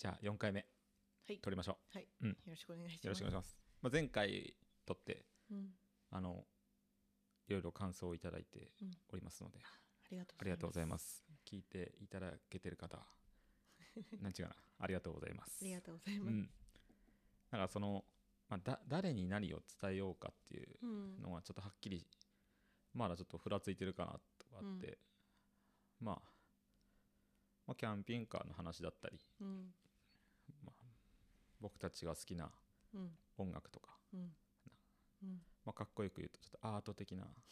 じゃあ4回目はい撮りましょはい、 うんよろしくお願いします。 う。よろしくお願いします。前回撮ってうんいろいろ感想をいただいておりますので、 ありがとうありがとうございま。 ますす。聞いていただけてる方は何違うな、ありがとうございます。 ありがとうございます。 うん。だから誰に何を伝えようかっていうのはちょっとはっきりまだちょっとふらついてるかなとかあって、まあキャンピングカーの話だったり、 うん僕たちが好きなうん音楽とか、 うんうんかっこよく言うとちょっとアート的な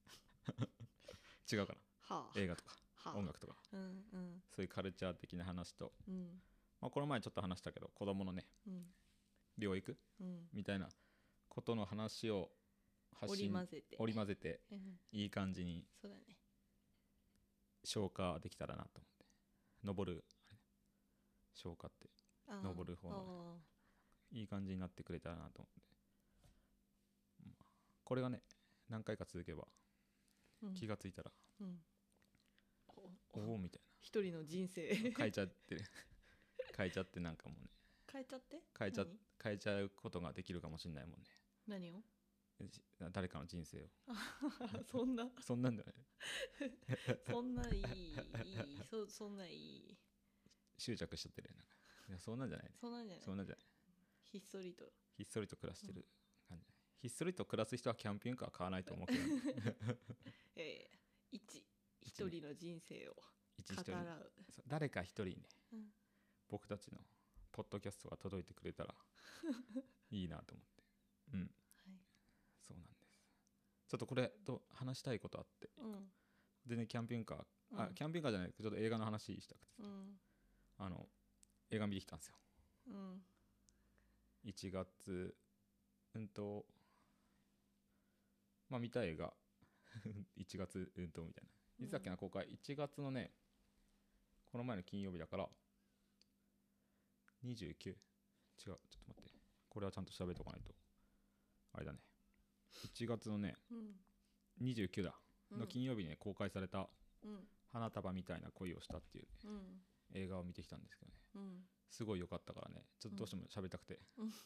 違うかな、 はあ映画とかはあ音楽とかうんうんそういうカルチャー的な話と、 うんこの前ちょっと話したけど子供のねうん療育うんみたいなことの話を織り交ぜてうんいい感じにそうだね。 消化できたらなと思って、登るあれ、ね、消化ってあー登る方のいい感じになってくれたらなと思って、これがね何回か続けば気がついたら、 うんおおみたい一人の人生な変えちゃってる変えちゃってなんかもうね変えちゃって変えちゃうことができるかもしれないもんね、 何を誰かの人生をそんなそんなんだよねそんないいそんないい執着しちゃってるなんか、いやそんなんじゃないね、 そんなんじゃないそんなんじゃない、 ひっそりとひっそりと暮らしてる感じ、ひっそりと暮らす人はキャンピングカー買わないと思うけど、 一人の人生を一語らう。 そう誰か一人ね、僕たちのポッドキャストが届いてくれたらいいなと思ってうんはいそうなんです。ちょっとこれと話したいことあって、 うん全然キャンピングカー、キャンピングカーじゃないけどちょっと映画の話したくて、 うん映画見てきたんですようん 1月見たい映画1月みたいな、いつだっけな公開、1月のねこの前の金曜日だから29、違うちょっと待って、これはちゃんと調べておかないとあれだね、1月のね29だの金曜日にね公開された花束みたいな恋をしたっていう、ねうん映画を見てきたんですけどね、 うんすごい良かったからね、ちょっとどうしても喋りたくて、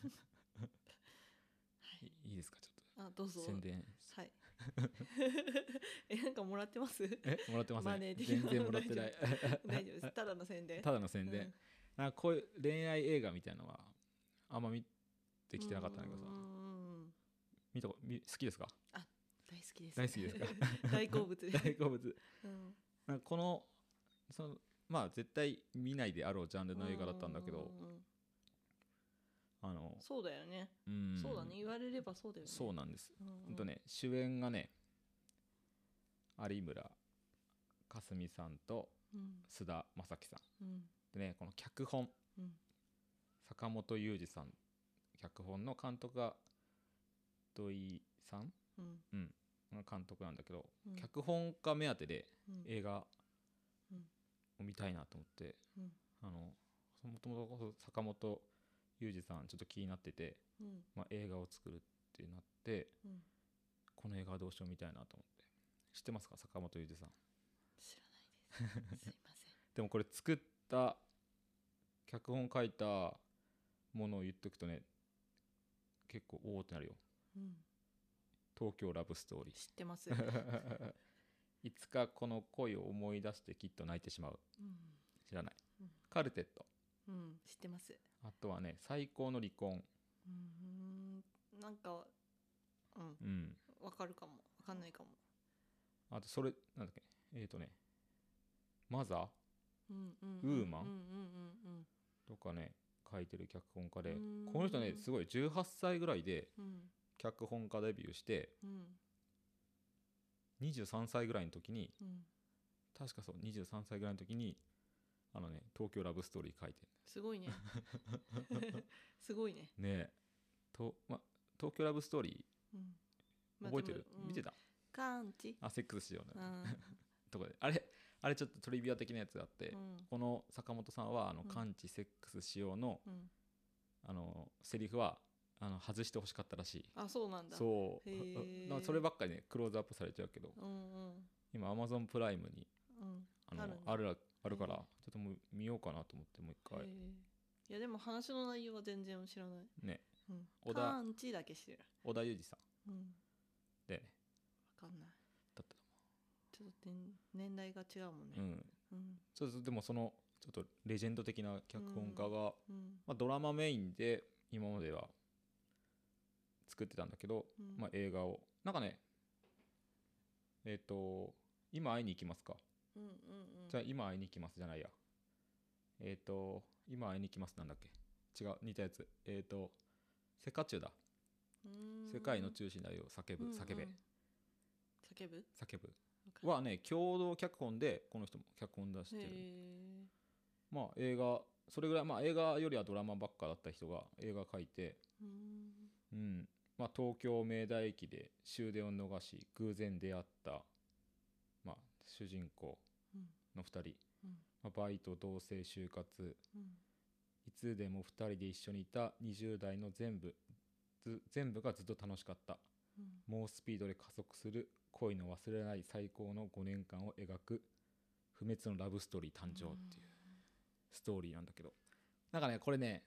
いいですか、ちょっとあどうぞ宣伝はいなんかもらってますもらってません、 マネー的な全然もらってない大丈夫ですただの宣伝ただの宣伝、なんかこういう恋愛映画みたいなのはあんま見てきてなかったんだけどさ、 好好きですか？ 大好きです大好きですか？ 大好物です大好物。 うんなんかこの絶対見ないであろうジャンルの映画だったんだけど、 そうだよねうんそうだね言われればそうだよねそうなんです。主演がね有村架純さんと菅田将暉さん、でねこの脚本、坂本雄二さん、脚本の監督が土井さん、監督なんだけど、脚本家目当てで映画を見たいなと思って、もともと坂本雄二さんちょっと気になってて、映画を作るってなって、この映画はどうしようみたいなと思って。知ってますか、坂本雄二さん？ 知らないですすいませんでもこれ作った脚本書いたものを言っとくとね結構おおってなるよ、東京ラブストーリー、 知ってますいつかこの恋を思い出してきっと泣いてしまう、知らない、カルテット、 知ってますあとはね最高の離婚、 なんかわかるかもわかんないかもあとそれなんだっけマザー、ウーマンとかね書いてる脚本家で、この人ねすごい18歳ぐらいで脚本家デビューして、23歳ぐらいの時に、確かそう23歳ぐらいの時に東京ラブストーリー書いてる、 すごいねすごいねねえ東京ラブストーリー覚えてる、見てた？ カンチセックスしようねとかであれちょっとトリビア的なやつがあって、この坂本さんは完治セックスしようの、セリフは外してほしかったらしい。 そうなんだ。 そうそればっかりねクローズアップされちゃうけど、今 Amazon プライムにあるからちょっともう見ようかなと思ってもう一回いやでも話の内容は全然知らないね。 カーンチだけしてる。 織田裕二さん、でね、 分かんないだったちょっと年代が違うもんね。 ちょっとでもそのちょっとレジェンド的な脚本家が、まあ、ドラマメインで今までは作ってたんだけど、まあ、映画をなんかね今会いに行きますか、じゃあ今会いに行きますじゃないや、今会いに行きますなんだっけ、違う、似たやつ、セカチュウだ。世界の中心だよ叫ぶ、叫べ、叫ぶはね共同脚本でこの人も脚本出してる。まあ映画それぐらい、まあ映画よりはドラマばっかだった人が映画描いて、まあ東京明大駅で終電を逃し偶然出会った、まあ主人公の2人、まあ、バイト同棲就活、いつでも2人で一緒にいた20代の全部がずっと楽しかった、猛スピードで加速する恋の忘れない最高の5年間を描く不滅のラブストーリー誕生っていうストーリーなんだけど、なんかねこれね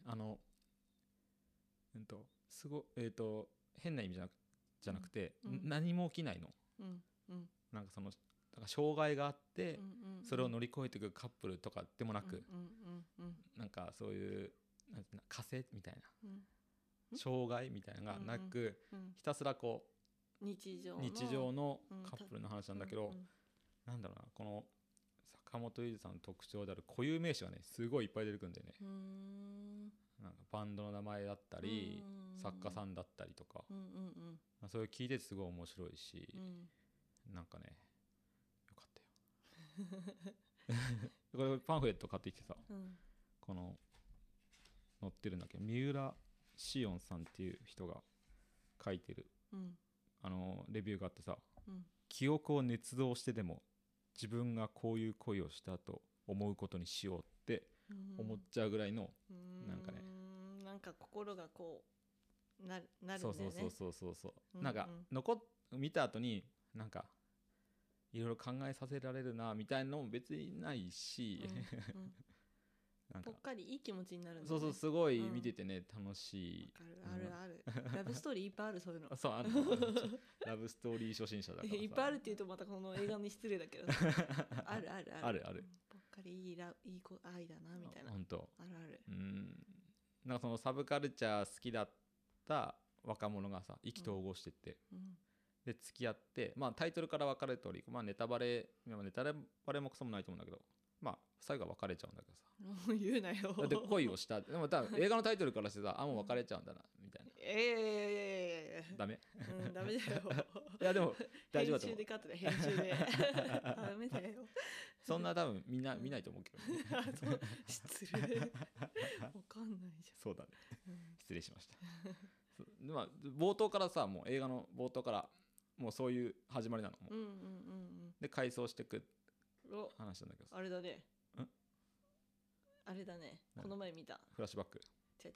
すご変な意味じゃなくて、何も起きないの、なんかそのだから障害があって、それを乗り越えていくカップルとかでもなく、なんかそういう火星みたいな、障害みたいなのがなく、ひたすらこう日常のカップルの話なんだけど、なんだろうな、この坂本龍一さんの特徴である固有名詞がねすごいいっぱい出てくるんだよね。なんかバンドの名前だったり、作家さんだったりとか、まあ、それ聞いててすごい面白いし、なんかねよかったよこれパンフレット買ってきてさ、この載ってるんだけど、三浦紫音さんっていう人が書いてる、レビューがあってさ、記憶を捏造してでも自分がこういう恋をしたと思うことにしようって思っちゃうぐらいの、なんかね、 なんか心がこうなるんだよね。 そうなんか見た後になんかいろいろ考えさせられるなみたいなのも別にないし、 なんかぽっかりいい気持ちになるんだよね。そうすごい見ててね、楽しい。 あるラブストーリーいっぱいある、そういうの。 そうあるラブストーリー初心者だからさいっぱいあるっていうとまたこの映画に失礼だけどあるぽっかりいい愛だなみたいな。 本当あるなんかそのサブカルチャー好きだった若者がさ意気投合してって、で付き合って、まあタイトルから分かる通り、まあネタバレもクソもないと思うんだけど、まあ最後は別れちゃうんだけどさ、 もう言うなよ。 で恋をしたでも多分映画のタイトルからしてさ、あもう別れちゃうんだなみたいな。ダメダメだよ。 いやでも大丈夫だと思う。 編集でカットで編集でダメだよ。 そんな多分見ないと思うけどね失礼。わかんないじゃん。 そうだね、失礼しましたまあ冒頭からさ、もう映画の冒頭からもうそういう始まりなのも、で回想してく話なんだけどさ、 あれだね、あれだね、この前見たフラッシュバック、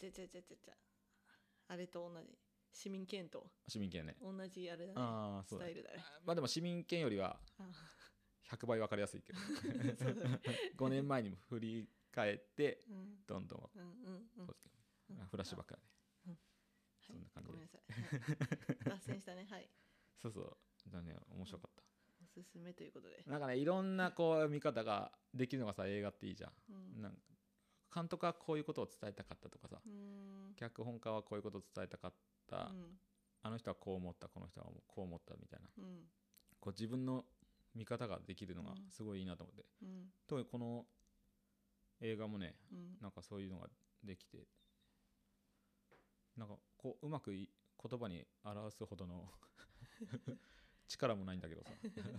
あれと同じ市民権とね、 同じあれだね、スタイルだね。 まあでも市民権よりは100倍分かりやすいけど5年前にも振り返ってどんどんフラッシュバックだね。そんな感じで、 ごめんなさい、脱線したね。はい、 そうだね、面白かった。 おすすめということで、 なんかねいろんなこう見方ができるのがさ映画っていいじゃん。なんか監督はこういうことを伝えたかったとかさ、脚本家はこういうことを伝えたかった、あの人はこう思った、この人はこう思ったみたいな、こう自分の見方ができるのがすごいいいなと思って、特にこの映画もね、なんかそういうのができて、なんかこううまく言葉に表すほどの力もないんだけどさ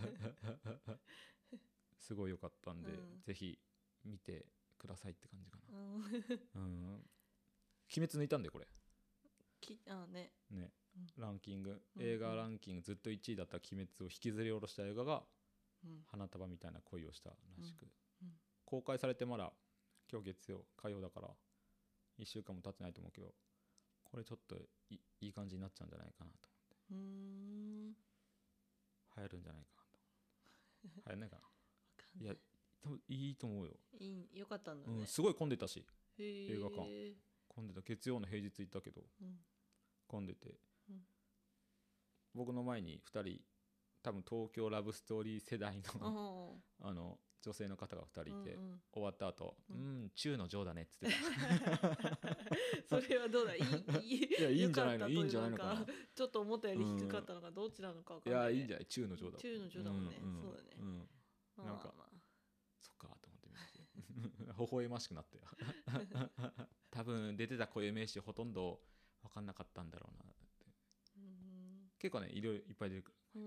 すごい良かったんで、ぜひ見てくださいって感じかな。鬼滅抜いたんでこれね、ランキング、映画ランキングずっと1位だった鬼滅を引きずり下ろした映画が花束みたいな恋をしたらしく、公開されてまだ今日月曜火曜だから1週間も経ってないと思うけど、これちょっといい感じになっちゃうんじゃないかなと思って、流行るんじゃないかなと流行んないかな。いや多分いいと思うよ。 よかったんだね。 すごい混んでたし、 映画館混んでた。月曜の平日行ったけど、混んでて、僕の前に2人多分東京ラブストーリー世代の女性の方が2人いて、終わった後、中の上だねっつってたそれはどうだ、いいんじゃないの、いいんじゃないのかな。 ちょっと思ったより低かったのか、どっちなのか分かんない。 いや、いいんじゃない、中の上だ。 中の上だもんね、そうだね。 なんかそっかと思って見て微笑ましくなって多分出てた固有名詞ほとんど分かんなかったんだろうなって。結構ね、いろいろいっぱい出てくる。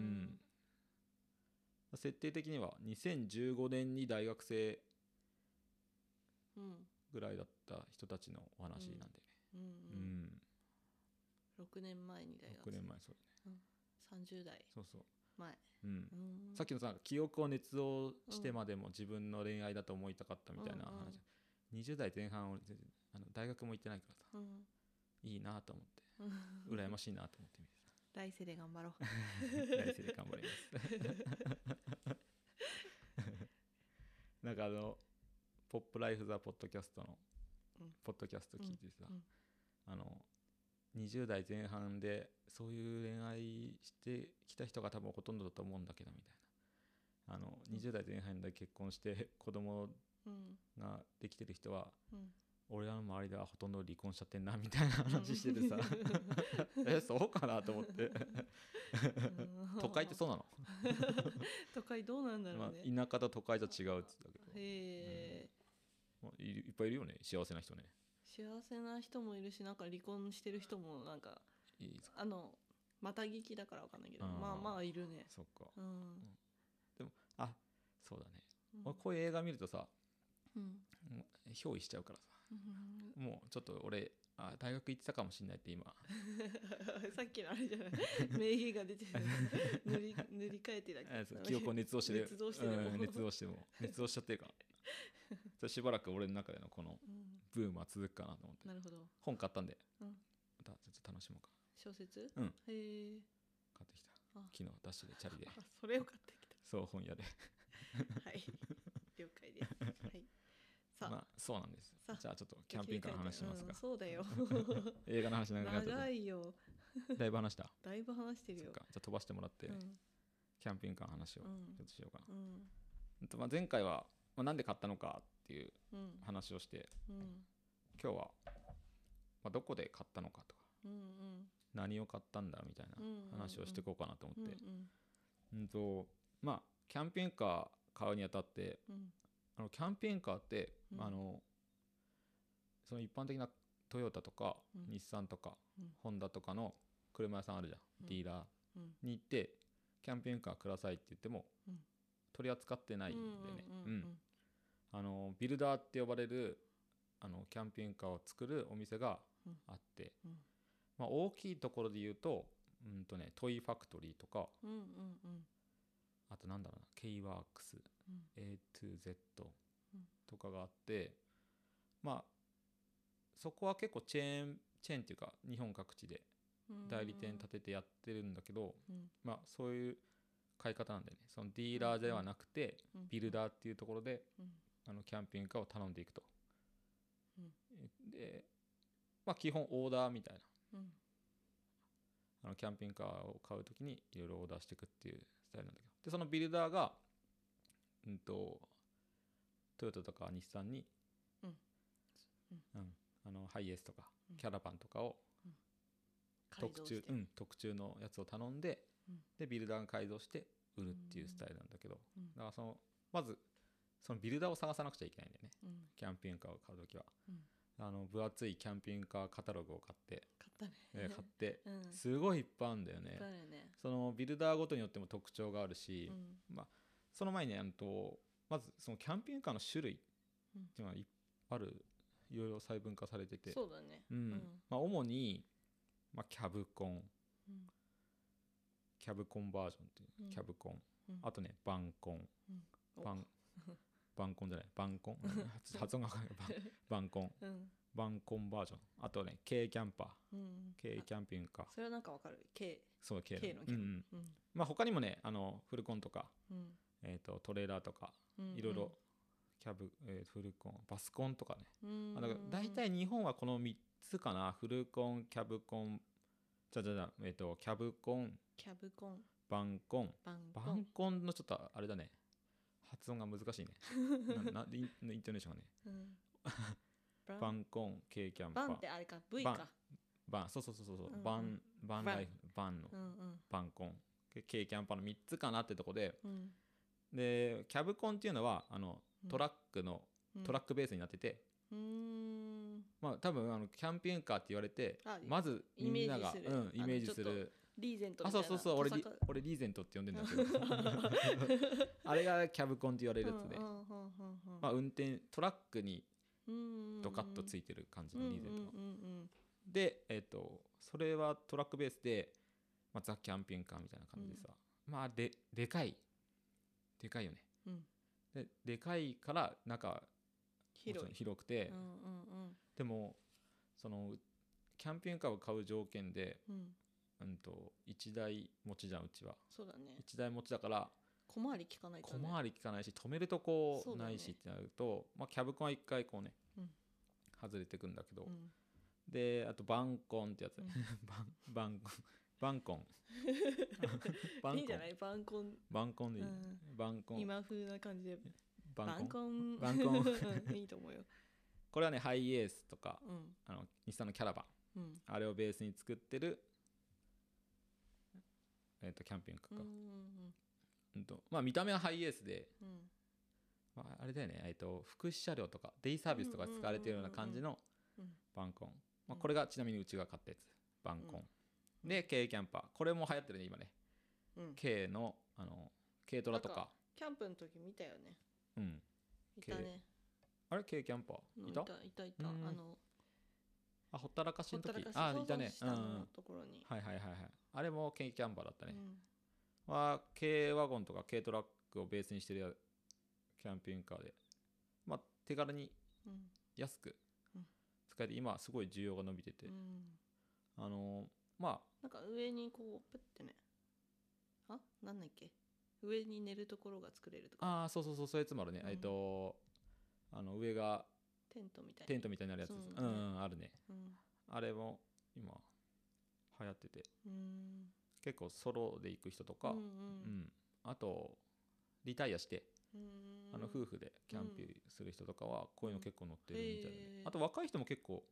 設定的には2015年に大学生ぐらいだった人たちのお話なんでね。 6年前に大学生。 6年前、そうだね。 30代そうそう前。 さっきのさ、記憶を捏造してまでも自分の恋愛だと思いたかったみたいな話。20代前半を大学も行ってないからさ、いいなと思って羨ましいなと思って見てた。 来世で頑張ろう来世で頑張りますなんかポップライフザポッドキャストのポッドキャスト聞いてさ、20代前半でそういう恋愛してきた人が多分ほとんどだと思うんだけどみたいな、20代前半で結婚して子供ができてる人は、俺らの周りではほとんど離婚しちゃってんなみたいな話しててさそうかなと思って都会ってそうなの都会どうなんだろうね、 田舎と都会じゃ違うって言ったけど、いっぱいいるよね、幸せな人ね。 幸せな人もいるし、なんか離婚してる人もなんかまた聞きだから分かんないけど、まあいるね。 そっか、でもそうだね、俺こういう映画見るとさ、憑依しちゃうからさ、もうちょっと俺大学行ってたかもしれないって今さっきのあれじゃない名義が出てる塗り替えてだけ記憶を捏造して捏造しても捏造しちゃってるからそれしばらく俺の中でのこのブームは続くかなと思って、 なるほど。 本買ったんで、またちょっと楽しもうか。 小説？ へえ。買ってきた。昨日ダッシュでチャリで。 それを買ってきた。 そう、本屋ではい了解です。はい。 そうなんです。じゃあちょっとキャンピングカーの話しますか。 そうだよ映画の話長かった。 長いよだいぶ話した。 だいぶ話してるよ。 じゃあ飛ばしてもらって、キャンピングカーの話をちょっとしようかな。前回はなんで買ったのかっていう話をして、今日はどこで買ったのかとか、何を買ったんだみたいな話をしていこうかなと思って、キャンピングカー買うにあたって、キャンピングカーって、その一般的なトヨタとか、日産とか、ホンダとかの車屋さんあるじゃん、ディーラーに行ってキャンピングカーくださいって言っても、取り扱ってないんでね。ビルダーって呼ばれるキャンピングカーを作るお店があって、大きいところで言うと、トイファクトリーとか、あとなんだろうな、K ワークス、A2Z とかがあって、そこは結構チェーンっていうか日本各地で代理店立ててやってるんだけど、そういう買い方なんだよね。そのディーラーではなくて、ビルダーっていうところで、キャンピングカーを頼んでいくと。で、基本オーダーみたいな、キャンピングカーを買うときにいろいろオーダーしていくっていうスタイルなんだけど、でそのビルダーがトヨタとか日産に、ハイエースとかキャラバンとかを特注のやつを頼んで、でビルダーが改造して売るっていうスタイルなんだけど、だからまずそのビルダーを探さなくちゃいけないんだよね、キャンピングカーを買うときは。分厚いキャンピングカーカタログを買って、すごいいっぱいあるんだよね。そのビルダーごとによっても特徴があるし、その前にまずそのキャンピングカーの種類っていうのがある、いろいろ細分化されてて、 そうだね。 主に、キャブコンバージョンっていう、キャブコン、あとねバンコン、バンコンじゃない、バンコン発音が分かんない。バンコンバージョン、あとね K キャンパー、K キャンピングカー、 それはなんか分かる。 K そう K のキャン、 他にもねフルコンとか、トレーラーとかいろいろキャブ、フルコン、バスコンとかね。だから大体日本はこの3つかな。フルコン、キャブコン、キャブコン、バンコン。バンコンのちょっとあれだね。発音が難しいね。イントネーションがね。バンコン、Kキャンパー。 バンってあれか、V か。 バン、そう、バンライフ、バンの、バンコン、K キャンパーの3つかなってとこで、で、キャブコンっていうのは、トラックベースになってて、まあ多分キャンピングカーって言われて、まずみんながイメージする。 リーゼントみたいな。 そう、俺リーゼントって呼んでんだけどあれがキャブコンって言われるやつで、まあトラックにドカッとついてる感じのリーゼントで、それはトラックベースで、まあ、ザ・キャンピングカーみたいな感じでさ、まあでかいよね、でかいから中広くて、でもそのキャンピングカーを買う条件で、1台持ちじゃん、うちは。 そうだね。 1台持ちだから小回り効かないとね。 小回り効かないし、止めるとこないしってなると、まあ、キャブコンは1回こうね、外れてくんだけど、で、あとバンコンってやつね。バンコンいいんじゃない？バンコンでいい、バンコン今風な感じでバンコンいいと思うよ。 これはね、ハイエースとか、日産のキャラバン、あれをベースに作ってるキャンピングカーか。まあ見た目はハイエースで、まあ、あれだよね、福祉車両とかデイサービスとか使われているような感じのバンコン、まあ、これがちなみにうちが買ったやつ、バンコンで、軽キャンパー、これも流行ってるね今ね。軽の軽トラとかキャンプの時見たよね。いたね。 あれ、軽キャンパーいたほったらかしの時、いたね。はい。あれも軽キャンパーだったね。軽ワゴンとか軽トラックをベースにしてるキャンピングカーで、まあ手軽に安く使えて、今すごい需要が伸びてて、まあなんか上にこうプッてね、なんだっけ、上に寝るところが作れるとか。 そういうやつもあるね。上がテントみたいになるやつ、あるね。あれも今流行ってて、結構ソロで行く人とか、あとリタイアして夫婦でキャンプする人とかはこういうの結構乗ってるみたいで、あと若い人も結構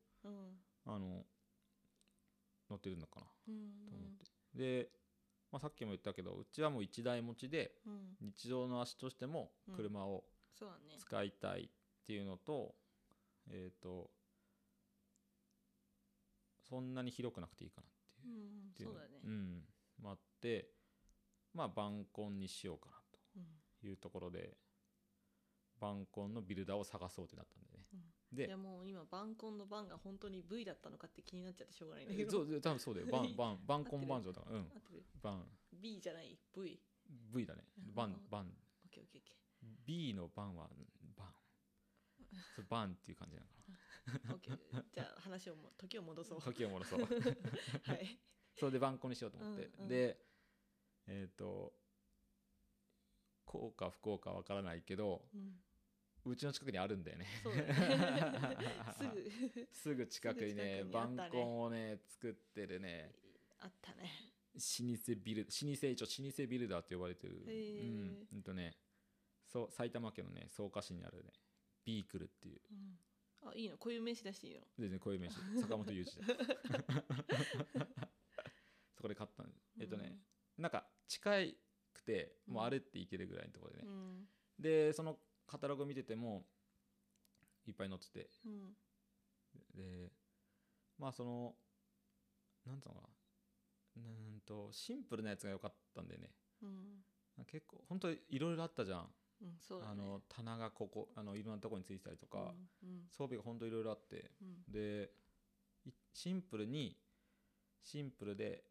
乗ってるのかなと思って。で、まあ、さっきも言ったけど、うちはもう1台持ちで、日常の足としても車を使いたいっていうのと、そんなに広くなくていいかなっていう、あって、まあバンコンにしようかなというところで、バンコンのビルダーを探そうってなったんでね。 で、いやもう今バンコンのバンが本当に V だったのかって気になっちゃってしょうがないんだけど。 多分そうだよ。バンコンバンジョーだから。バン B じゃない V だね。バン B のバンはバンっていう感じなのかな。じゃあ時を戻そう。 はい。それでバンコンにしようと思って、でこうか不幸かわからないけど、うちの近くにあるんだよね。 そうだね。 すぐ近くにね、バンコンをね作ってるね、 あったね。 老舗ビルダーって呼ばれてる、埼玉県のね草加市にあるね、ビークルっていう、 いいの、こういう名詞出していいの？ 全然こういう名詞、坂本雄二そこで買ったんです。なんか近くてもう歩って行けるぐらいのところでね、でそのカタログ見ててもいっぱい載ってて、でまあなんつうのかな、シンプルなやつが良かったんでね、結構本当にいろいろあったじゃん。棚がいろんなところについてたりとか、装備が本当いろいろあって、でシンプルで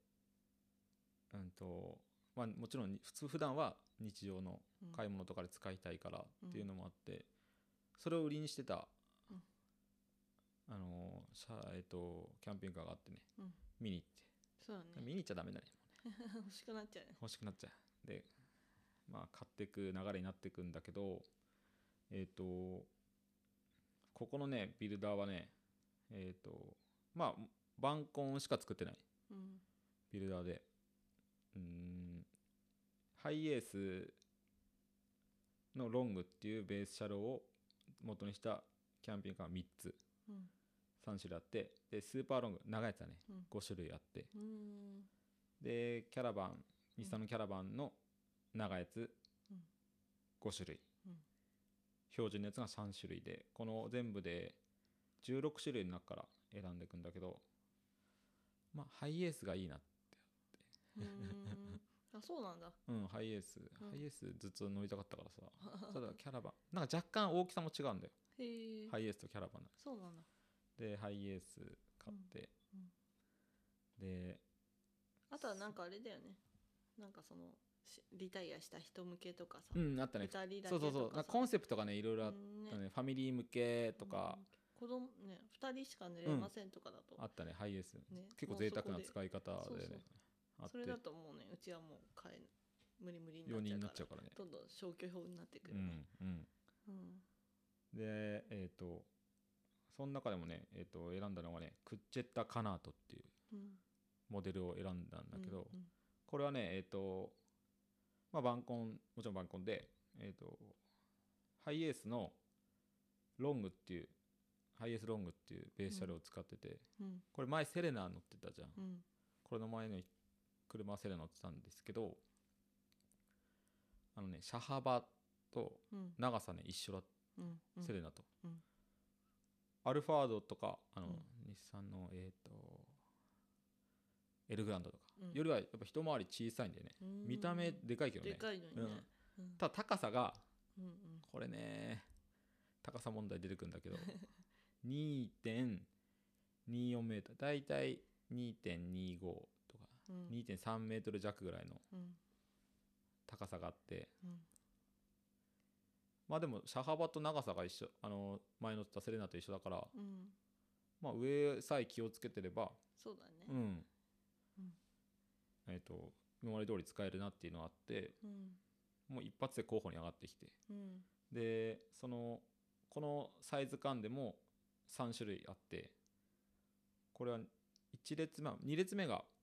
まあもちろん普段は日常の買い物とかで使いたいからっていうのもあって、それを売りにしてたキャンピングカーがあってね、見に行って。 そうだね。 見に行っちゃダメだね。 欲しくなっちゃうね。 で、まあ買ってく流れになってくんだけど、 ここのねビルダーはねまあバンコンしか作ってないビルダーで、ハイエースのロングっていうベース車両を元にしたキャンピングカー3つ、3種類あって、でスーパーロング長いやつはね、5種類あって、でキャラバン、日産のキャラバンの長いやつ、5種類、標準のやつが3種類で、この全部で16種類の中から選んでいくんだけど、まあハイエースがいいなってあ、そうなんだ。 ハイエース、ハイエースずっと乗りたかったからさただキャラバンなんか若干大きさも違うんだよ。 へえ。 ハイエースとキャラバンそうなんだ。 でハイエース買って、であとはなんかあれだよね、なんかそのリタイアした人向けとかさ、 あったね。そうコンセプトがねいろいろあったね、ファミリー向けとか、 子供ね2人しか寝れませんとかだと、 あったね。ハイエース、結構贅沢な使い方でね、 それだともうね、うちはもう買え無理 4人になっちゃうからね、 どんどん消去法になってくるね。 でその中でもね、選んだのがねクッチェッタカナートっていうモデルを選んだんだけど、これはねまあバンコン、もちろんバンコンでハイエースのロングっていうハイエースロングっていうベース車両を使ってて、これ前セレナ乗ってたじゃん、これの前の車はセレナ乗ってたんですけど、車幅と長さね一緒だった、セレナと、アルファードとか日産のエルグランドとかよりはやっぱ一回り小さいんでね、見た目でかいけどね、 でかいのにね、 ただ高さがこれね高さ問題出てくるんだけど2.24 メートル、だいたい 2.25 とか、2.3 メートル弱ぐらいの高さがあって、まあでも車幅と長さが一緒、前乗ってたセレナと一緒だから、まあ上さえ気をつけてれば、 そうだね、 今まで通り使えるなっていうのがあって、もう一発で候補に上がってきて、でこのサイズ感でも3種類あって、これは1列目2列目が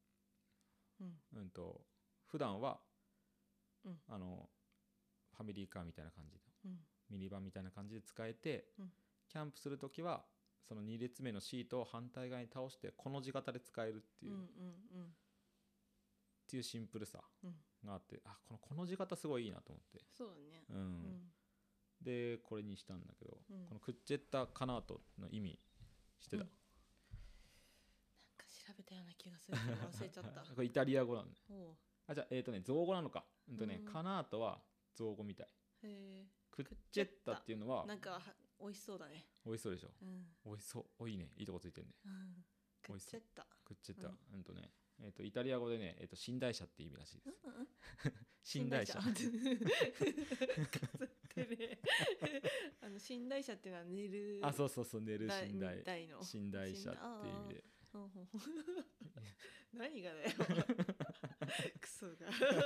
普段はファミリーカーみたいな感じで、ミニバンみたいな感じで使えて、キャンプするときはその2列目のシートを反対側に倒してこの字型で使えるっていう、っていうシンプルさがあって、この字型すごいいいなと思って、 そうだね、 でこれにしたんだけど、このクッチェッタカナートの意味してた、 なんか調べたような気がするけど忘れちゃったこれイタリア語なんだ、じゃあ造語なのか、カナートは造語みたい。クッチェッタっていうのはなんか美味しそうだね。 美味しそうでしょ、美味しそう、いいね、いいとこついてるね、 クッチェッタ、 イタリア語でね、寝台車って意味らしいです。寝台車寝台車っていうのは寝る、 そう寝る寝台の寝台車っていう意味で何がだよクソが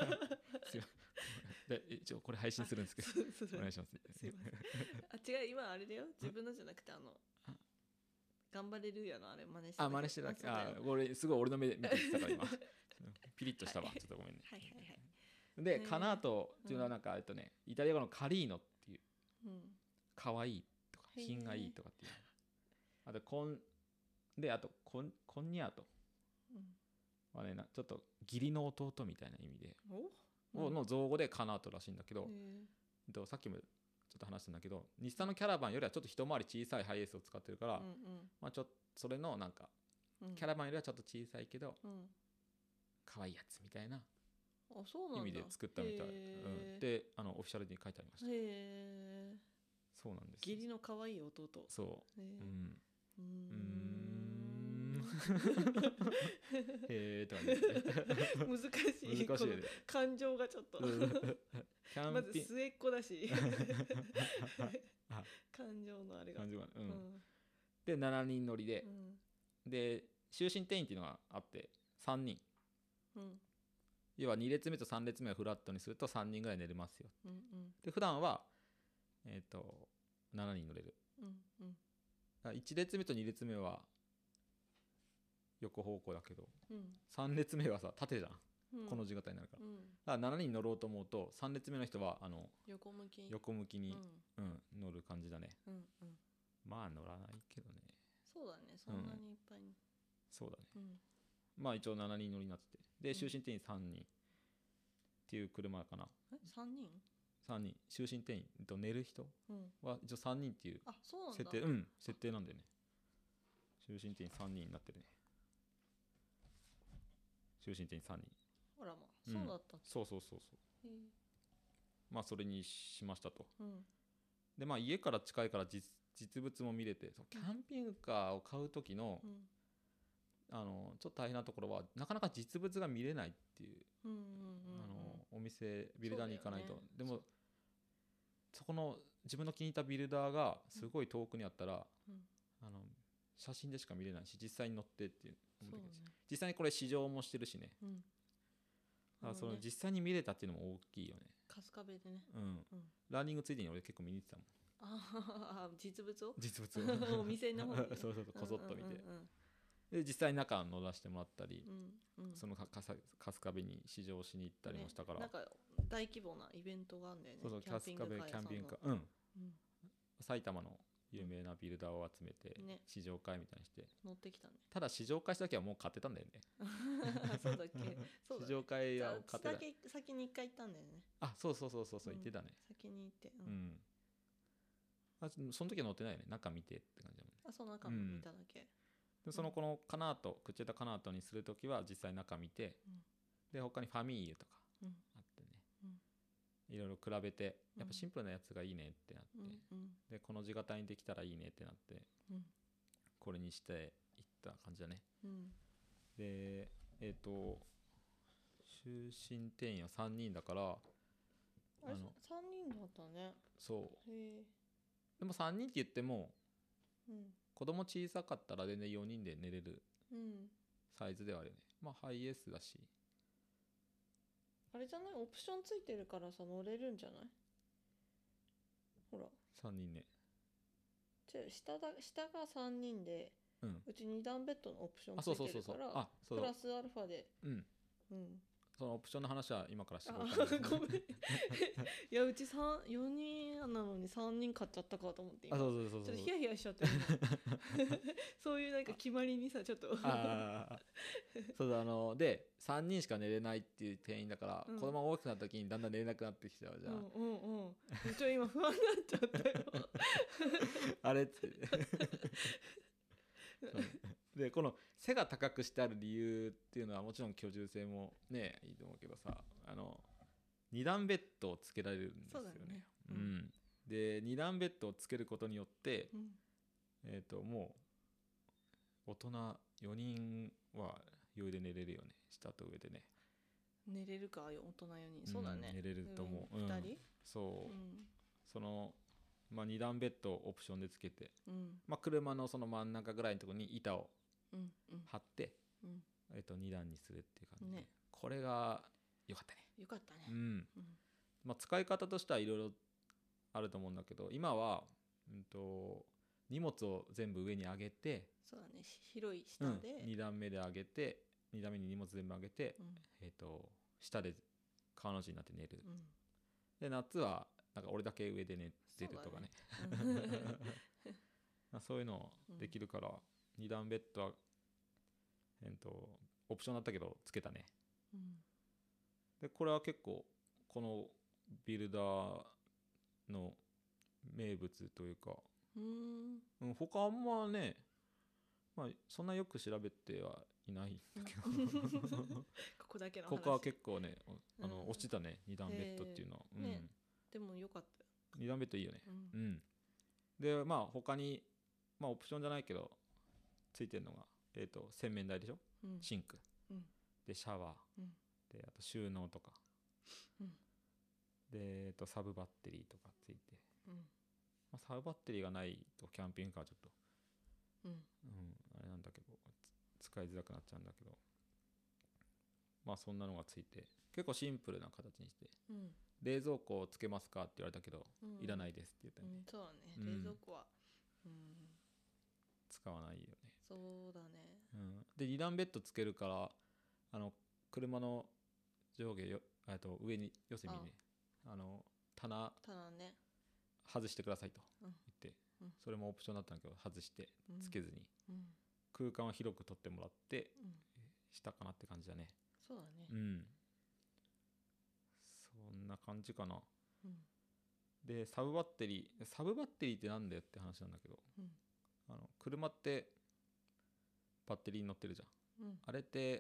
一応これ配信するんですけどお願いします。 すいません、違う、今あれだよ、自分のじゃなくて頑張れるやのあれ真似してた。 真似してた。俺すごい俺の目で見てたから今ピリッとしたわ、ちょっとごめんね。でカナートっていうのはなんかイタリア語のカリーノっていう、可愛いとか品がいいとかっていう、あとコンニャートはね、ちょっと義理の弟みたいな意味での造語でカナートらしいんだけど、さっきもちょっと話したんだけど、日産のキャラバンよりはちょっと一回り小さいハイエースを使ってるから、まあちょっとそれのなんかキャラバンよりはちょっと小さいけど可愛いやつみたいな意味で作ったみたいで、オフィシャルに書いてありました。そうなんです。 義理の可愛い弟。 そう。 難しい感情がちょっとまず末っ子だし感情のあれがで7人乗りで、で就寝定員っていうのがあって3人、要は2列目と3列目をフラットにすると3人ぐらい寝れますよ、で普段は 7人乗れる。 うんだから1列目と2列目は横方向だけど、 うん 3列目はさ縦じゃん、 うんこの字型になるから、 うんだから7人乗ろうと思うと3列目の人は横向き横向きに、 うん乗る感じだね。 うんうんまあ乗らないけどね。 そうだね、そんなにいっぱいに、 そうだね。 うんまあ一応7人乗りになってて、でうん就寝定員3人っていう車かな。 3人 3人就寝定員寝る人は一応3人っていうあ、そうなんだ。 設定、設定なんだよね。就寝定員3人になってるね。就寝定員3人。 あらまあ、そうだったっけ。 そうそう。まあそれにしましたと。でまあ家から近いから実物も見れて、キャンピングカーを買う時の、ちょっと大変なところはなかなか実物が見れないっていう、お店ビルダーに行かないと、でもそこの自分の気に入ったビルダーがすごい遠くにあったら、写真でしか見れないし実際に乗ってっていう、実際にこれ試乗もしてるしね、だからその実際に見れたっていうのも大きいよね。 春日部でね、 ランニングついでに俺結構見に行ってたもん。 ああ、実物をお店の方にそうこそっと見て、で実際中乗らせてもらったり、その春日部に試乗しに行ったりもしたから、 なんか大規模なイベントがあるんだよね。 そう春日部キャンピングカー、埼玉の有名なビルダーを集めて試乗会みたいにして乗ってきたね。 ただ試乗会した時はもう買ってたんだよね。 そうだっけ。 試乗会は買ってた。 先に1回行ったんだよね。 あ、そう言ってたね。 先に行って、 その時は乗ってないよね。中見てって感じだもんね。 あ、そう、中見ただけ。 でこのカナート、クチェタカナートにする時は実際中見て、で他にファミーユとかあってね、いろいろ比べてやっぱシンプルなやつがいいねってなって、でこの字型にできたらいいねってなって、これにしていった感じだね。で就寝定員は3人だから、 3人だったね。 そう。でも3人って言っても、子供小さかったら全然4人で寝れるサイズではあるよね。まあハイエースだし。 あれじゃない、オプションついてるからさ乗れるんじゃない？ほら 3人ね。 下が3人で、うち2段ベッドのオプションついてるから、プラスアルファで、 そのオプションの話は今からしてもらった。ごめん。いや、うち4人なのに3人買っちゃったかと思って、今ちょっとヒヤヒヤしちゃってる。そういうなんか決まりにさ、ちょっとそうだ、で3人しか寝れないっていう定員だから、子供が大きくなった時にだんだん寝れなくなってきちゃうじゃん。 今不安になっちゃったよ。 あれってでこの背が高くしてある理由っていうのはもちろん居住性もねいいと思うけどさ、2段ベッドをつけられるんですよね。で2段ベッドをつけることによって、もう大人4人は余裕で寝れるよね。下と上でね寝れるか、大人4人。そうだね、 寝れると思う。 2人そう、その2段ベッドをオプションでつけて、車のその真ん中ぐらいのところに板を貼って、2段にするっていう感じで、これが良かったね。 良かったね。 使い方としてはいろいろあると思うんだけど、今は、荷物を全部上に上げて、 そうだね、広い下で、 2段目で上げて、2段目に荷物全部上げて、下で川の字になって寝る。で夏はなんか俺だけ上で寝てるとかね。そういうのできるから、2段ベッドはオプションだったけどつけたね。でこれは結構このビルダーの名物というか、他あんまね、そんなよく調べてはいないんだけどここだけの話。 ここは結構ね押してたね、2段ベッドっていうのは。 でもよかったよ。 2段ベッドいいよね。で他にオプションじゃないけどついてるのが洗面台でしょ、シンクでシャワーで、あと収納とかでサブバッテリーとかついて、サブバッテリーがないとキャンピングカーちょっとあれなんだけど使いづらくなっちゃうんだけど、そんなのがついて結構シンプルな形にして、 冷蔵庫をつけますかって言われたけど、いらないですって言ったんで、 そうだね、冷蔵庫は、 使わないよね。 そうだね、 で2段ベッドつけるから、車の上下上に要するにね、棚ね外してくださいと言って、それもオプションだったんだけど外してつけずに、空間を広く取ってもらって、したかなって感じだね。 そうだね、 そんな感じかな。でサブバッテリーってなんだよって話なんだけど、車ってバッテリーに乗ってるじゃん、あれって、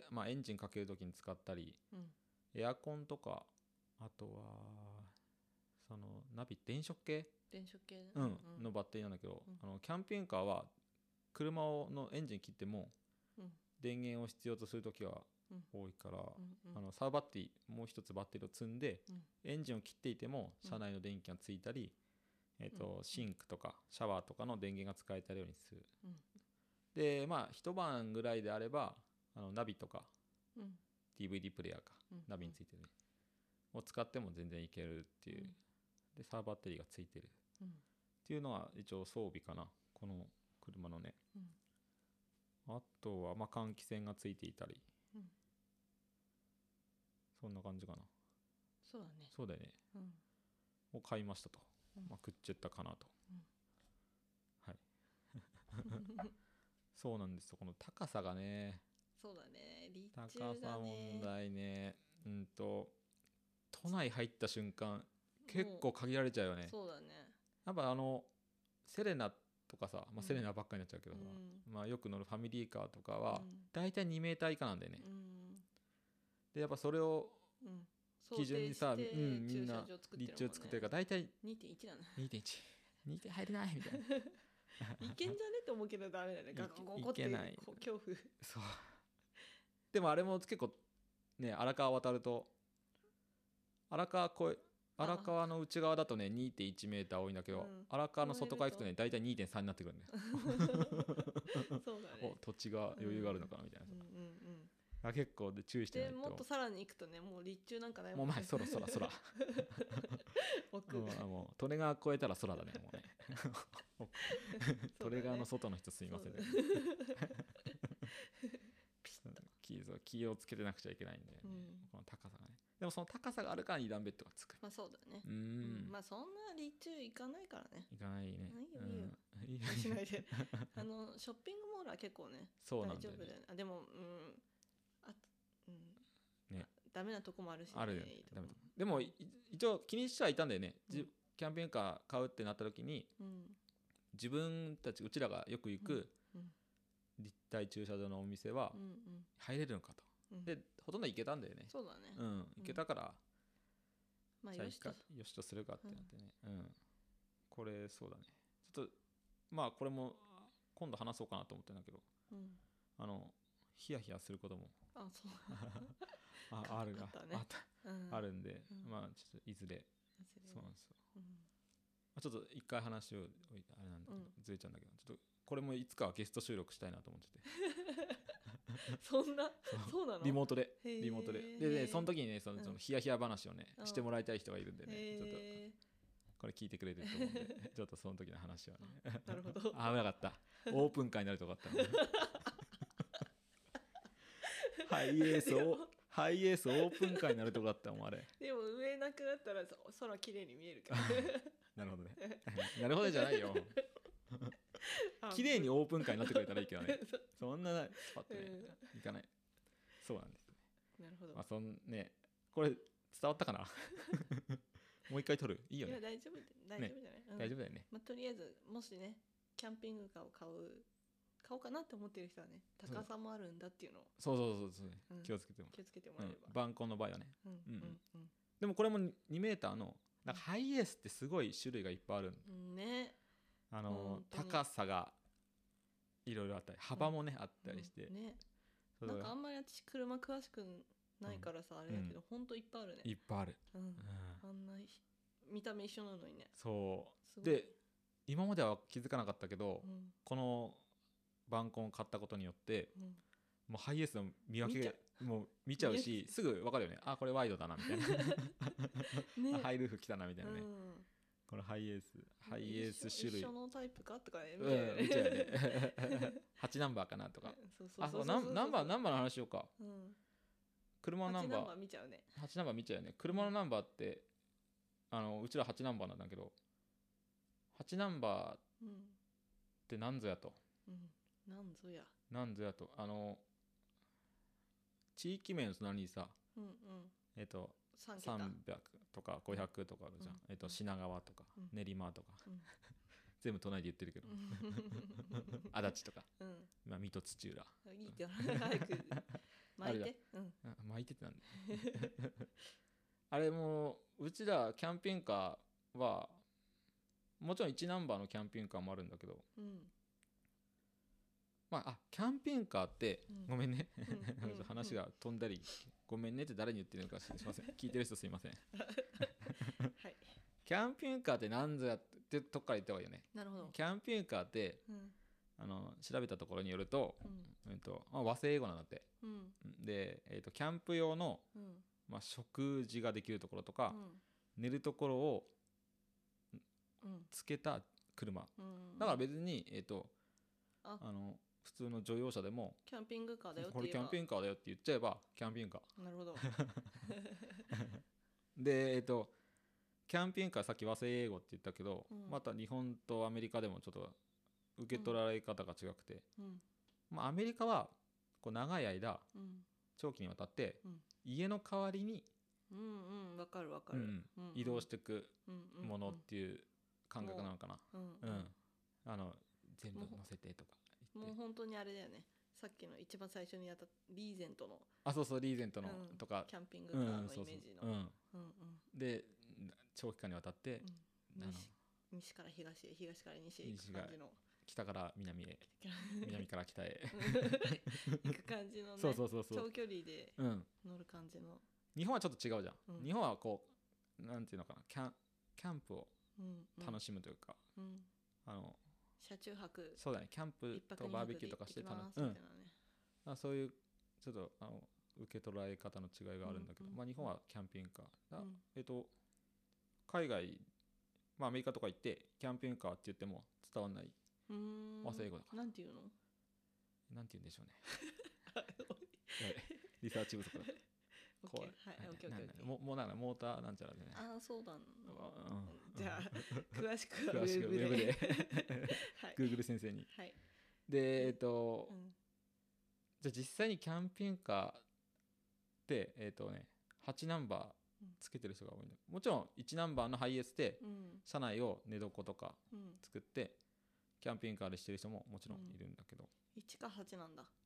エンジンかけるときに使ったり、エアコンとか、あとはその電飾系のバッテリーなんだけど、キャンピングカーは車のエンジン切っても、電源を必要とするときは多いから、サーバッテリーもう一つバッテリーを積んで、エンジンを切っていても車内の電気がついたり、シンクとかシャワーとかの電源が使えたようにする、で一晩ぐらいであればナビとか、DVD プレイヤーか、ナビについてるねを使っても全然いけるっていう、でサーバッテリーがついてる、っていうのは一応装備かな、この車のね。あとは換気扇がついていたり、そんな感じかな。 そうだね。 そうだよね。を買いましたと。クッチェッタかなと。はい。そうなんですよ。この高さがね。 そうだね。 高さ問題ね。都内入った瞬間結構限られちゃうよね。 そうだね。 やっぱセレナとかさ、セレナばっかりになっちゃうけどさ、よく乗るファミリーカーとかはだいたい2メーター以下なんだよね。でやっぱそれを基準にさ、みんな立地を作ってるからだいたい 2.1 なの。 2.1 入れないみたいな。 いけんじゃねって思うけどダメだね。 いけない。 恐怖。 そう。でもあれも結構ね、荒川渡ると荒川の内側だとね 2.1 メーター多いんだけど、荒川の外側行くとねだいたい 2.3 になってくるんだよ。 そうだね。 土地が余裕があるのかなみたいな。結構で注意してないと。 もっとさらに行くとね、もう立中なんかないもんね。もう空もう利根川越えたら空だね、もうね。利根川の外の人すいませんね。気をつけてなくちゃいけないんで、この高さがね。でもその高さがあるから2段ベッドがつく。 そうだね。そんな立中行かないからね。 行かないね。 いいよしないで。ショッピングモールは結構ね、大丈夫だよね。でもダメなとこもあるし、 あるよね。でも一応気にしちゃいたんだよね。キャンピングカー買うってなった時に、うちらがよく行く立体駐車場のお店は入れるのかと。でほとんど行けたんだよね。 そうだね。 行けたから、 じゃあよしとするかってなってね。これそうだね。ちょっとこれも今度話そうかなと思ってるんだけど、ヒヤヒヤすることもあるんで、ちょっといずれ。そうなんですよ。ちょっと一回話をあれなんだけど、ずれちゃうんだけど、ちょっとこれもいつかはゲスト収録したいなと思ってて。 そうなの？ リモートで。でその時にね、そのヒヤヒヤ話をねしてもらいたい人がいるんでね、ちょっとこれ聞いてくれてると思うんで、ちょっとその時の話はね。 なるほど。 危なかった。オープンカーになるとこだった。ハイエースオープンカーになるとこだったもんあれ。 でも上なくなったら空綺麗に見えるから。 なるほどね。なるほどじゃないよ。綺麗にオープンカーになってくれたらいいけどね。そんなスパッとねいかない。そうなんですね。 なるほど。 これ伝わったかな。もう一回撮る？いいよね。 いや大丈夫じゃない？ 大丈夫だよね。 とりあえずもしねキャンピングカーを買おうかなって思ってる人はね、高さもあるんだっていうのをそう気をつけてもらえれば。バンコンの場合はね。でもこれも2メーターのなんかハイエースってすごい種類がいっぱいあるね。 高さがいろいろあったり幅もねあったりしてね。なんかあんまり私車詳しくないからさあれだけど、ほんといっぱいあるね。 いっぱいある。あんな見た目一緒なのにね。 そうで今までは気づかなかったけど、このバンコンを買ったことによって、 もうハイエースの見分けもう見ちゃうし、すぐ分かるよね。あ、これワイドだなみたいなね、ハイルーフ来たなみたいなね、このハイエース種類一緒のタイプかとかね、 見ちゃうよね8ナンバーかなとか、ナンバーの話しようか。車のナンバー 8ナンバー見ちゃうね。 8ナンバー見ちゃうよね。車のナンバーってうちら8ナンバーなんだけど、8ナンバーって何ぞやと、なんぞやと地域名の隣にさ、300とか500とかあるじゃん、品川とか、練馬とか、全部隣で言ってるけど足立とか、水戸土浦、 いいって早く巻いて、 巻いてってなんだあれもうちらキャンピングカーはもちろん1ナンバーのキャンピングカーもあるんだけど、キャンピングカーって、ごめんね話が飛んだり、ごめんねって誰に言ってるのかすいません聞いてる人すいませんはい、キャンピングカーって何ぞやってとこから言った方がいいよね。 なるほど。 キャンピングカーって、調べたところによると、和製英語なんだって、で、キャンプ用の、食事ができるところとか、寝るところをつけた車、だから別に普通の乗用車でもキャンピングカーだよってこれキャンピングカーだよって言っちゃえばキャンピングカー。 なるほどでキャンピングカー、さっき和製英語って言ったけど、また日本とアメリカでもちょっと受け取られ方が違くて、アメリカはこう長い間、長期にわたって、家の代わりにわかるわかる、 移動していくものっていう感覚なのかな。全部乗せてとか言って、 もう本当にあれだよね。さっきの一番最初にやったリーゼントの、 そうリーゼントのとか、 キャンピングカーのイメージの、 で長期間にわたって、 西から東へ、東から西へ行く感じの、 北から南へ南から北へ行く感じのね、長距離で乗る感じの。 日本はちょっと違うじゃん、日本はこうなんていうのかな、キャンプを楽しむというか、 車中泊、 そうだね、キャンプとバーベキューとかして楽しむ、そういうちょっと受け取られ方の違いがあるんだけど、日本はキャンピングカー、海外、アメリカとか行ってキャンピングカーって言っても伝わんない和製英語だから、 なんていうの、 なんて言うんでしょうねリサーチ不足だ怖い、 もうなんかモーターなんちゃらでね。 そうだ、じゃあ詳しくはウェブで Google 先生に。でじゃあ実際にキャンピングカーって8ナンバーつけてる人が多いんだ。もちろん1ナンバーのハイエースで車内を寝床とか作ってキャンピングカーでしてる人ももちろんいるんだけど、 1か8なんだ。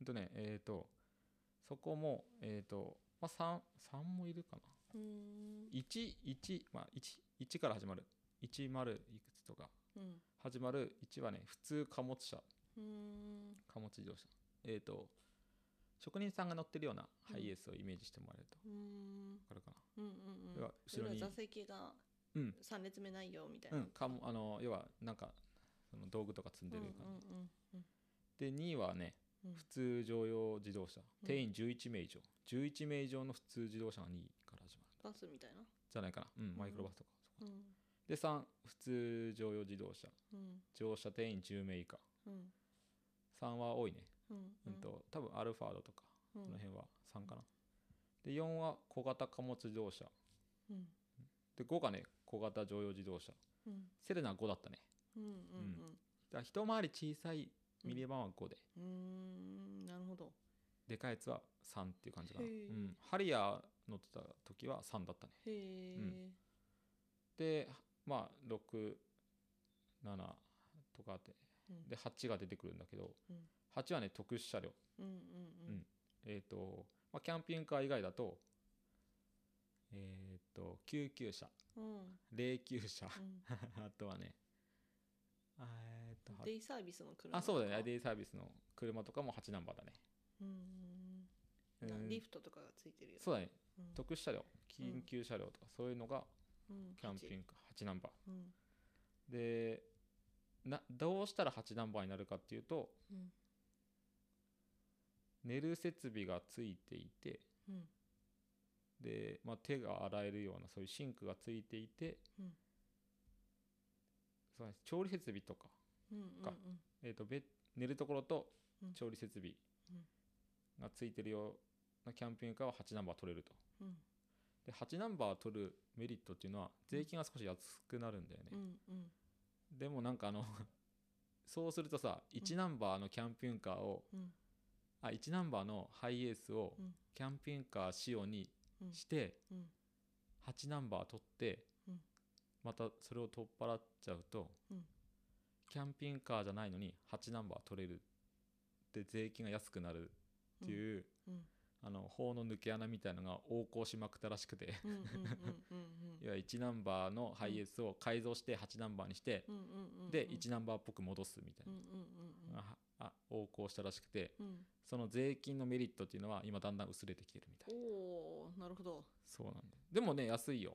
そこも3もいるかな。1から始まる10いくつとか始まる1はね、普通貨物車、貨物自動車、職人さんが乗ってるようなハイエースをイメージしてもらえると分かるかな。 後ろに座席が3列目ないよみたいな、 要はなんかその道具とか積んでる感じで、2位はね、普通乗用自動車、定員11名以上、11名以上の普通自動車が2位から始まる。 バスみたいなじゃないかな、マイクロバスとか、で3、普通乗用自動車、乗車定員10名以下、3は多いね、多分アルファードとか、その辺は3かな。で4は小型貨物自動車、で5がね、小型乗用自動車、セレナは5だったね。だから一回り小さいミニバンは5で、 なるほど。 でかいやつは3っていう感じかな。ハリアー乗ってた時は3だったね。で6、7とかで、8が出てくるんだけど、8はね、特殊車両、キャンピングカー以外だと救急車、霊柩車あとはね、 デイサービスの車、 そうだね、デイサービスの車とかも8ナンバーだね。 リフトとかがついてるよ。 そうだね、特殊車両、緊急車両とかそういうのがキャンピングカー8ナンバー、でどうしたら8ナンバーになるかっていうと、 寝る設備がついていて、 うん、 で、手が洗えるようなそういうシンクがついていて、 うん、 そう調理設備とかが、寝るところと調理設備がついてるようなキャンピングカーは8ナンバー取れると、 うん、 で8ナンバー取るメリットっていうのは税金が少し安くなるんだよね、でもなんかそうするとさ、1ナンバーのキャンピングカーを、1ナンバーのハイエースをキャンピングカー仕様にして、8ナンバー取って、またそれを取っ払っちゃうと、キャンピングカーじゃないのに8ナンバー取れるで税金が安くなるっていう、法の抜け穴みたいなのが横行しまくったらしくて要は1ナンバーのハイエースを改造して8ナンバーにして、で1ナンバーっぽく戻すみたいな横行したらしくて、その税金のメリットっていうのは今だんだん薄れてきてるみたい。 おー、なるほど。 そうなんだ。でもね、安いよ。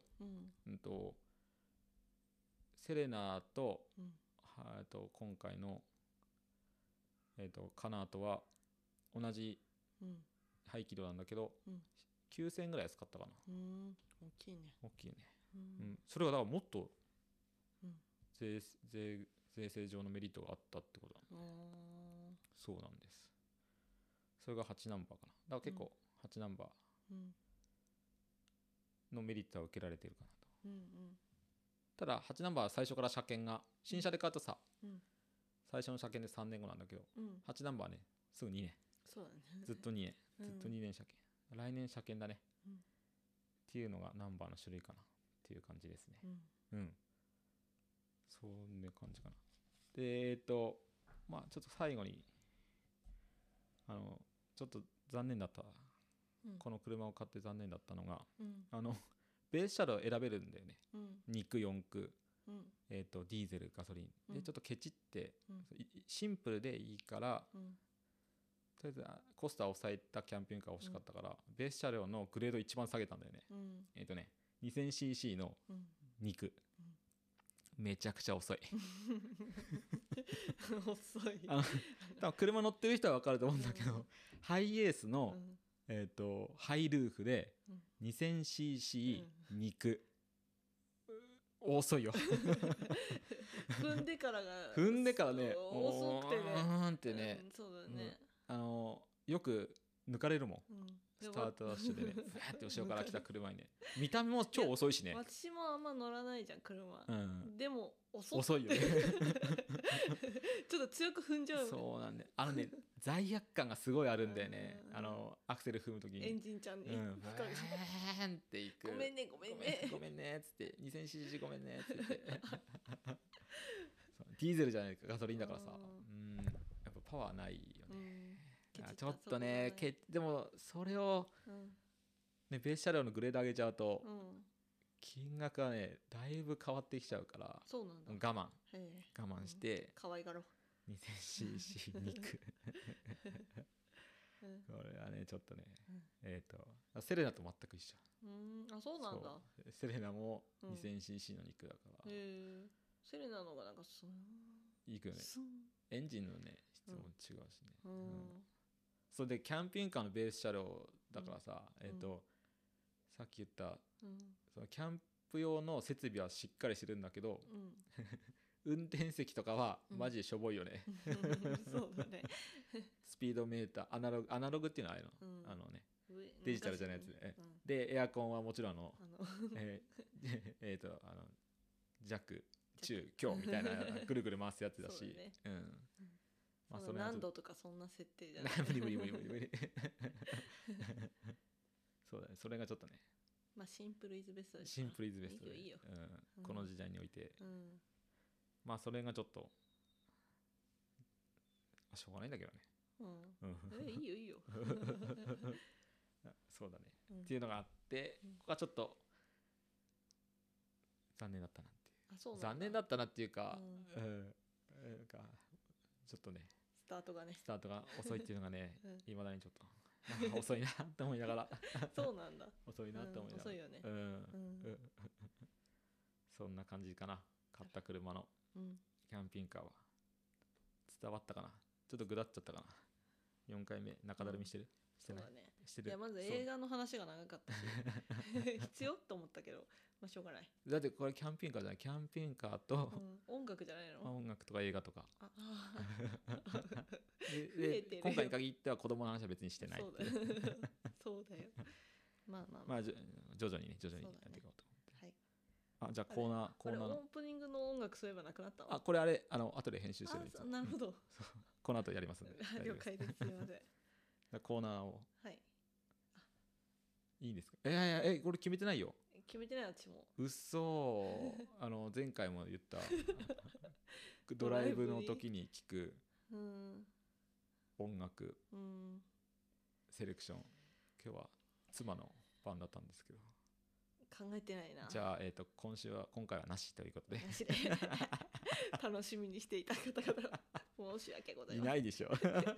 セレナと、今回の、カナーとは同じ排気量なんだけど、9000円ぐらい安かったかな。 大きいね。 大きいね。それがだからもっと税制上のメリットがあったってことだ。そうなんです。それが8ナンバーかな。だから結構8ナンバーのメリットは受けられているかなと。ただ8ナンバーは最初から車検が新車で買うとさ、最初の車検で3年後なんだけど、8ナンバーねすぐ2年。 そうだね。 ずっと2年、ずっと2年車検、来年車検だね、っていうのがナンバーの種類かなっていう感じですね。そんな感じかな。でちょっと最後にちょっと残念だった、この車を買って残念だったのが、ベース車両選べるんだよね、2区4区、ディーゼルガソリンで、ちょっとケチって、シンプルでいいから、とりあえずコストは抑えたキャンピングカー欲しかったから、ベース車両のグレード一番下げたんだよね、2000cc の2区、めちゃくちゃ遅い遅い多分車乗ってる人は分かると思うんだけど、ハイエースの、ハイルーフで 2000cc2 区、遅いよ踏んでからね遅くてね、 ってね、 そうだね、 よく抜かれるもん、スタートダッシュでねふわって後ろから来た車にね、見た目も超遅いしね。 私もあんま乗らないじゃん車、でも遅いよねちょっと強く踏んじゃう。 そうなんで、罪悪感がすごいあるんだよね、アクセル踏むときにエンジンちゃんにバーンっていく、 ごめんねっつって 2000cc ごめんねっつってディーゼルじゃないか、ガソリンだからさ、やっぱパワーないよね、ちょっとね、でもそれを、ベース車両のグレード上げちゃうと、金額がねだいぶ変わってきちゃうから、 そうなんだ、 我慢して、 可愛がろう 2000cc 肉これはねちょっとね、セレナと全く一緒。 あ、そうなんだ。 セレナも 2000cc の肉だから、 セレナのがなんかいくよね、エンジンのね質も違うしね、それでキャンピングカーのベース車両だからさ、さっき言った、そのキャンプ用の設備はしっかりしてるんだけど、運転席とかはマジでしょぼいよね、 そうだねスピードメーター、アナログっていうのはデジタルじゃないやつで、でエアコンはもちろん弱中強みたいなぐるぐる回すやつだし、 何度とかそんな設定じゃない無理そうだね、それがちょっとね、 シンプルイズベストです。 シンプルイズベストで、 いいよ、 この時代において、それがちょっとしょうがないんだけどね、 いいよそうだね、っていうのがあって、ここはちょっと残念だったなっていう、残念だったなっていうか、なんかちょっとねスタートが遅いっていうのがね、いまだにちょっと遅いなって思いながらそうなんだ、 遅いなって思いながら、 遅いよね、 そんな感じかな、買った車のキャンピングカーは。伝わったかな、ちょっとぐだっちゃったかな。 4回目中だるみしてる、してない？ そうだね。 してる。 いやまず映画の話が長かったし必要と思ったけど、まあしょうがない。 だってこれキャンピングカーじゃない、キャンピングカーと、 音楽じゃないの？ 音楽とか映画とか。 で今回に限っては子供の話は別にしてない。 そうだよそうだよ。まあ徐 々にねやっていこうと思って。 はい。 じゃあコーナーのオープニングの音楽そういえばなくなったの？ これ後で編集してるんですよ。 なるほど。 この後やりますんで。 了解です。すいません。 コーナーを。 はい。 いいですか？これ決めてないよ。 決めてない。私も。 うっそ前回も言ったドライブの時に聴く音楽セレクション、今日は妻の番だったんですけど、 考えてないな。 じゃあ、今回はなしということで。 なしで楽しみにしていた方々申し訳ございません。 いないでしょ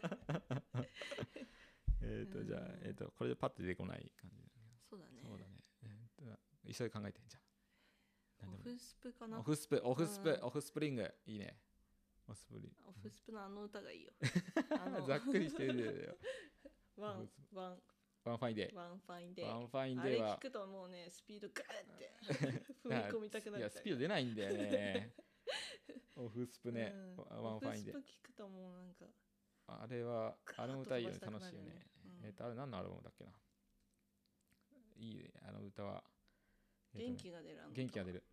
じゃあ、これでパッと出てこない感じ。 そうだね。 急いで考えて。じゃあオフスプかな。 オフスプリングいいね。 オフスプの歌がいいよざっくりしてるよ。 ワンファインデーあれ聞くともうね、スピードガーって踏み込みたくなる。 いやスピード出ないんだよねオフスプね、ワンファインデー。 オフスプ聞くともうなんかあの歌いいよね、楽しいよね。あれ何のアルバムだっけな。いいね、あの歌は。 元気が出る。 元気が出る。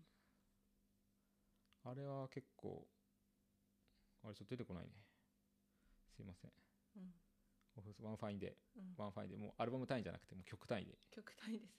あれは結構、ちょっと出てこないね。すいません。ワンファインデー。もうアルバム単位じゃなくて、もう曲単位で。 曲単位です。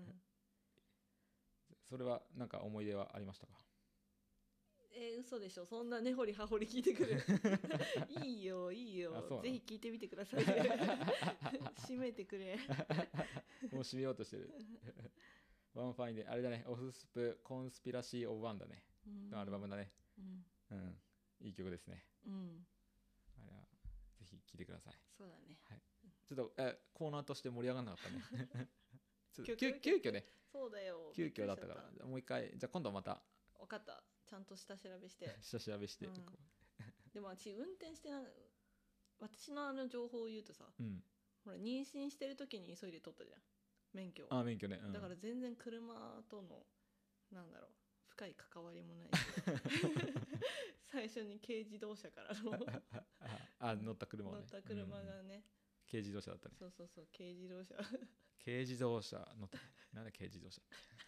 それはなんか思い出はありましたか？ 嘘でしょ。そんな根掘り葉掘り聞いてくるいいよぜひ聞いてみてください締めてくれもう締めようとしてるワンファインであれだね、オフスプコンスピラシー・オブ・ワンだね、のアルバムだね。いい曲ですね。あれはぜひ聴いてください。 そうだね。 ちょっとコーナーとして盛り上がらなかったね急遽ね。 そうだよ。 急遽だったから、もう一回、じゃあ今度また。 分かった。ちゃんと下調べしてでも私運転して私の情報を言うとさ、ほら妊娠してる時に急いで取ったじゃん、免許。 免許ね。 だから全然車とのなんだろう、深い関わりもない最初に軽自動車からの乗った車をね。 乗った車がね、 軽自動車だったね。 そう軽自動車軽自動車乗ったなんだ軽自動車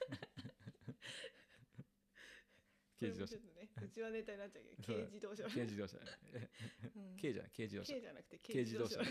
軽自動車ね、うちはネタになっちゃうけど、軽自動車軽自動車軽じゃない、軽自動車。 軽じゃなくて軽自動車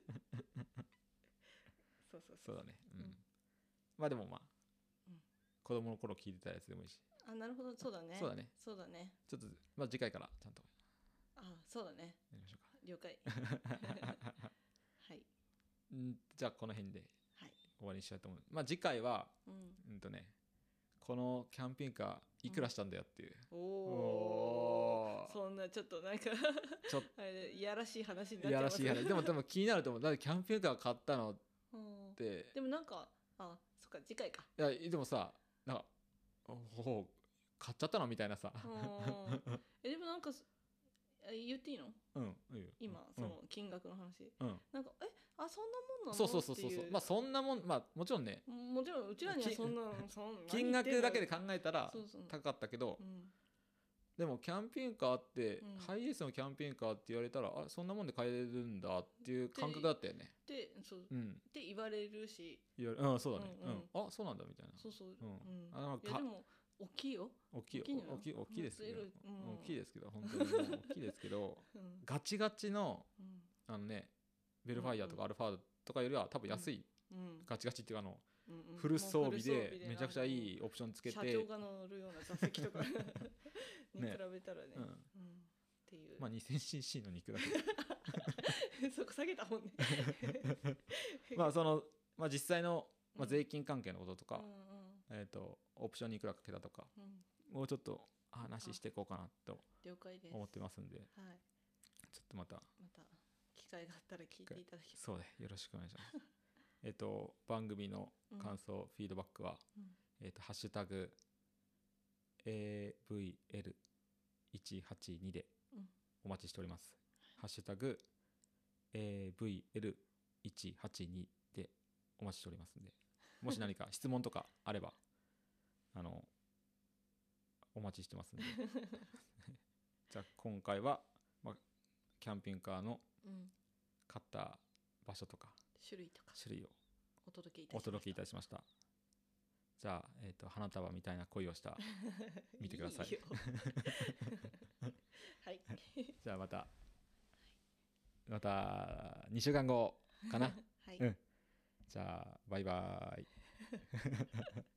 そうだね。まあでも子供の頃聞いてたやつでもいいし。 なるほど。そうだね。 ちょっと次回からちゃんと。 そうだね。 やりましょうか。 了解はい。 じゃあこの辺で終わりにしたいと思う。次回はこのキャンピングカーいくらしたんだよっていう。そんなちょっとなんかあれいやらしい話になっちゃいます。 いやらしい話。でも気になると思う。だってキャンピングカー買ったのって。 でもなんかそっか次回か。 いやでもさ、なんか買っちゃったのみたいなさでもなんか言っていいの？ いいよ。 今その金額の話。なんかそんなもんなの？ そう。そんなもん、もちろんね。 もちろんうちらにはそんな金額だけで考えたら高かったけど、でもキャンピングカーって、ハイエースのキャンピングカーって言われたら、そんなもんで買えるんだっていう感覚だったよね。 って言われるし、 そうだね。そうなんだみたいな。 でも大きいよ。 大きいですけど、大きいですけど、本当に大きいですけど、ガチガチのベルファイアとかアルファードとかよりは多分安い。ガチガチっていうかフル装備でめちゃくちゃいいオプションつけて、 社長が乗るような座席とかに比べたらね、っていう。 2000cc の肉だけどそこ下げたもんね実際の税金関係のこととか、オプションにいくらかけたとか、もうちょっと話していこうかなと思ってますんで、ちょっとまた機会があったら聞いていただきそうでよろしくお願いします番組の感想、フィードバックは、ハッシュタグ AVL182 でお待ちしております。ハッシュタグ AVL182 でお待ちしておりますんで、もし何か質問とかあればお待ちしてますんでじゃあ今回は、キャンピングカーの買った場所とか種類をお届けいたしました。 じゃあ、花束みたいな恋をした見てください。いいはい。じゃあまた2週間後かな。はい。じゃあバイバーイ。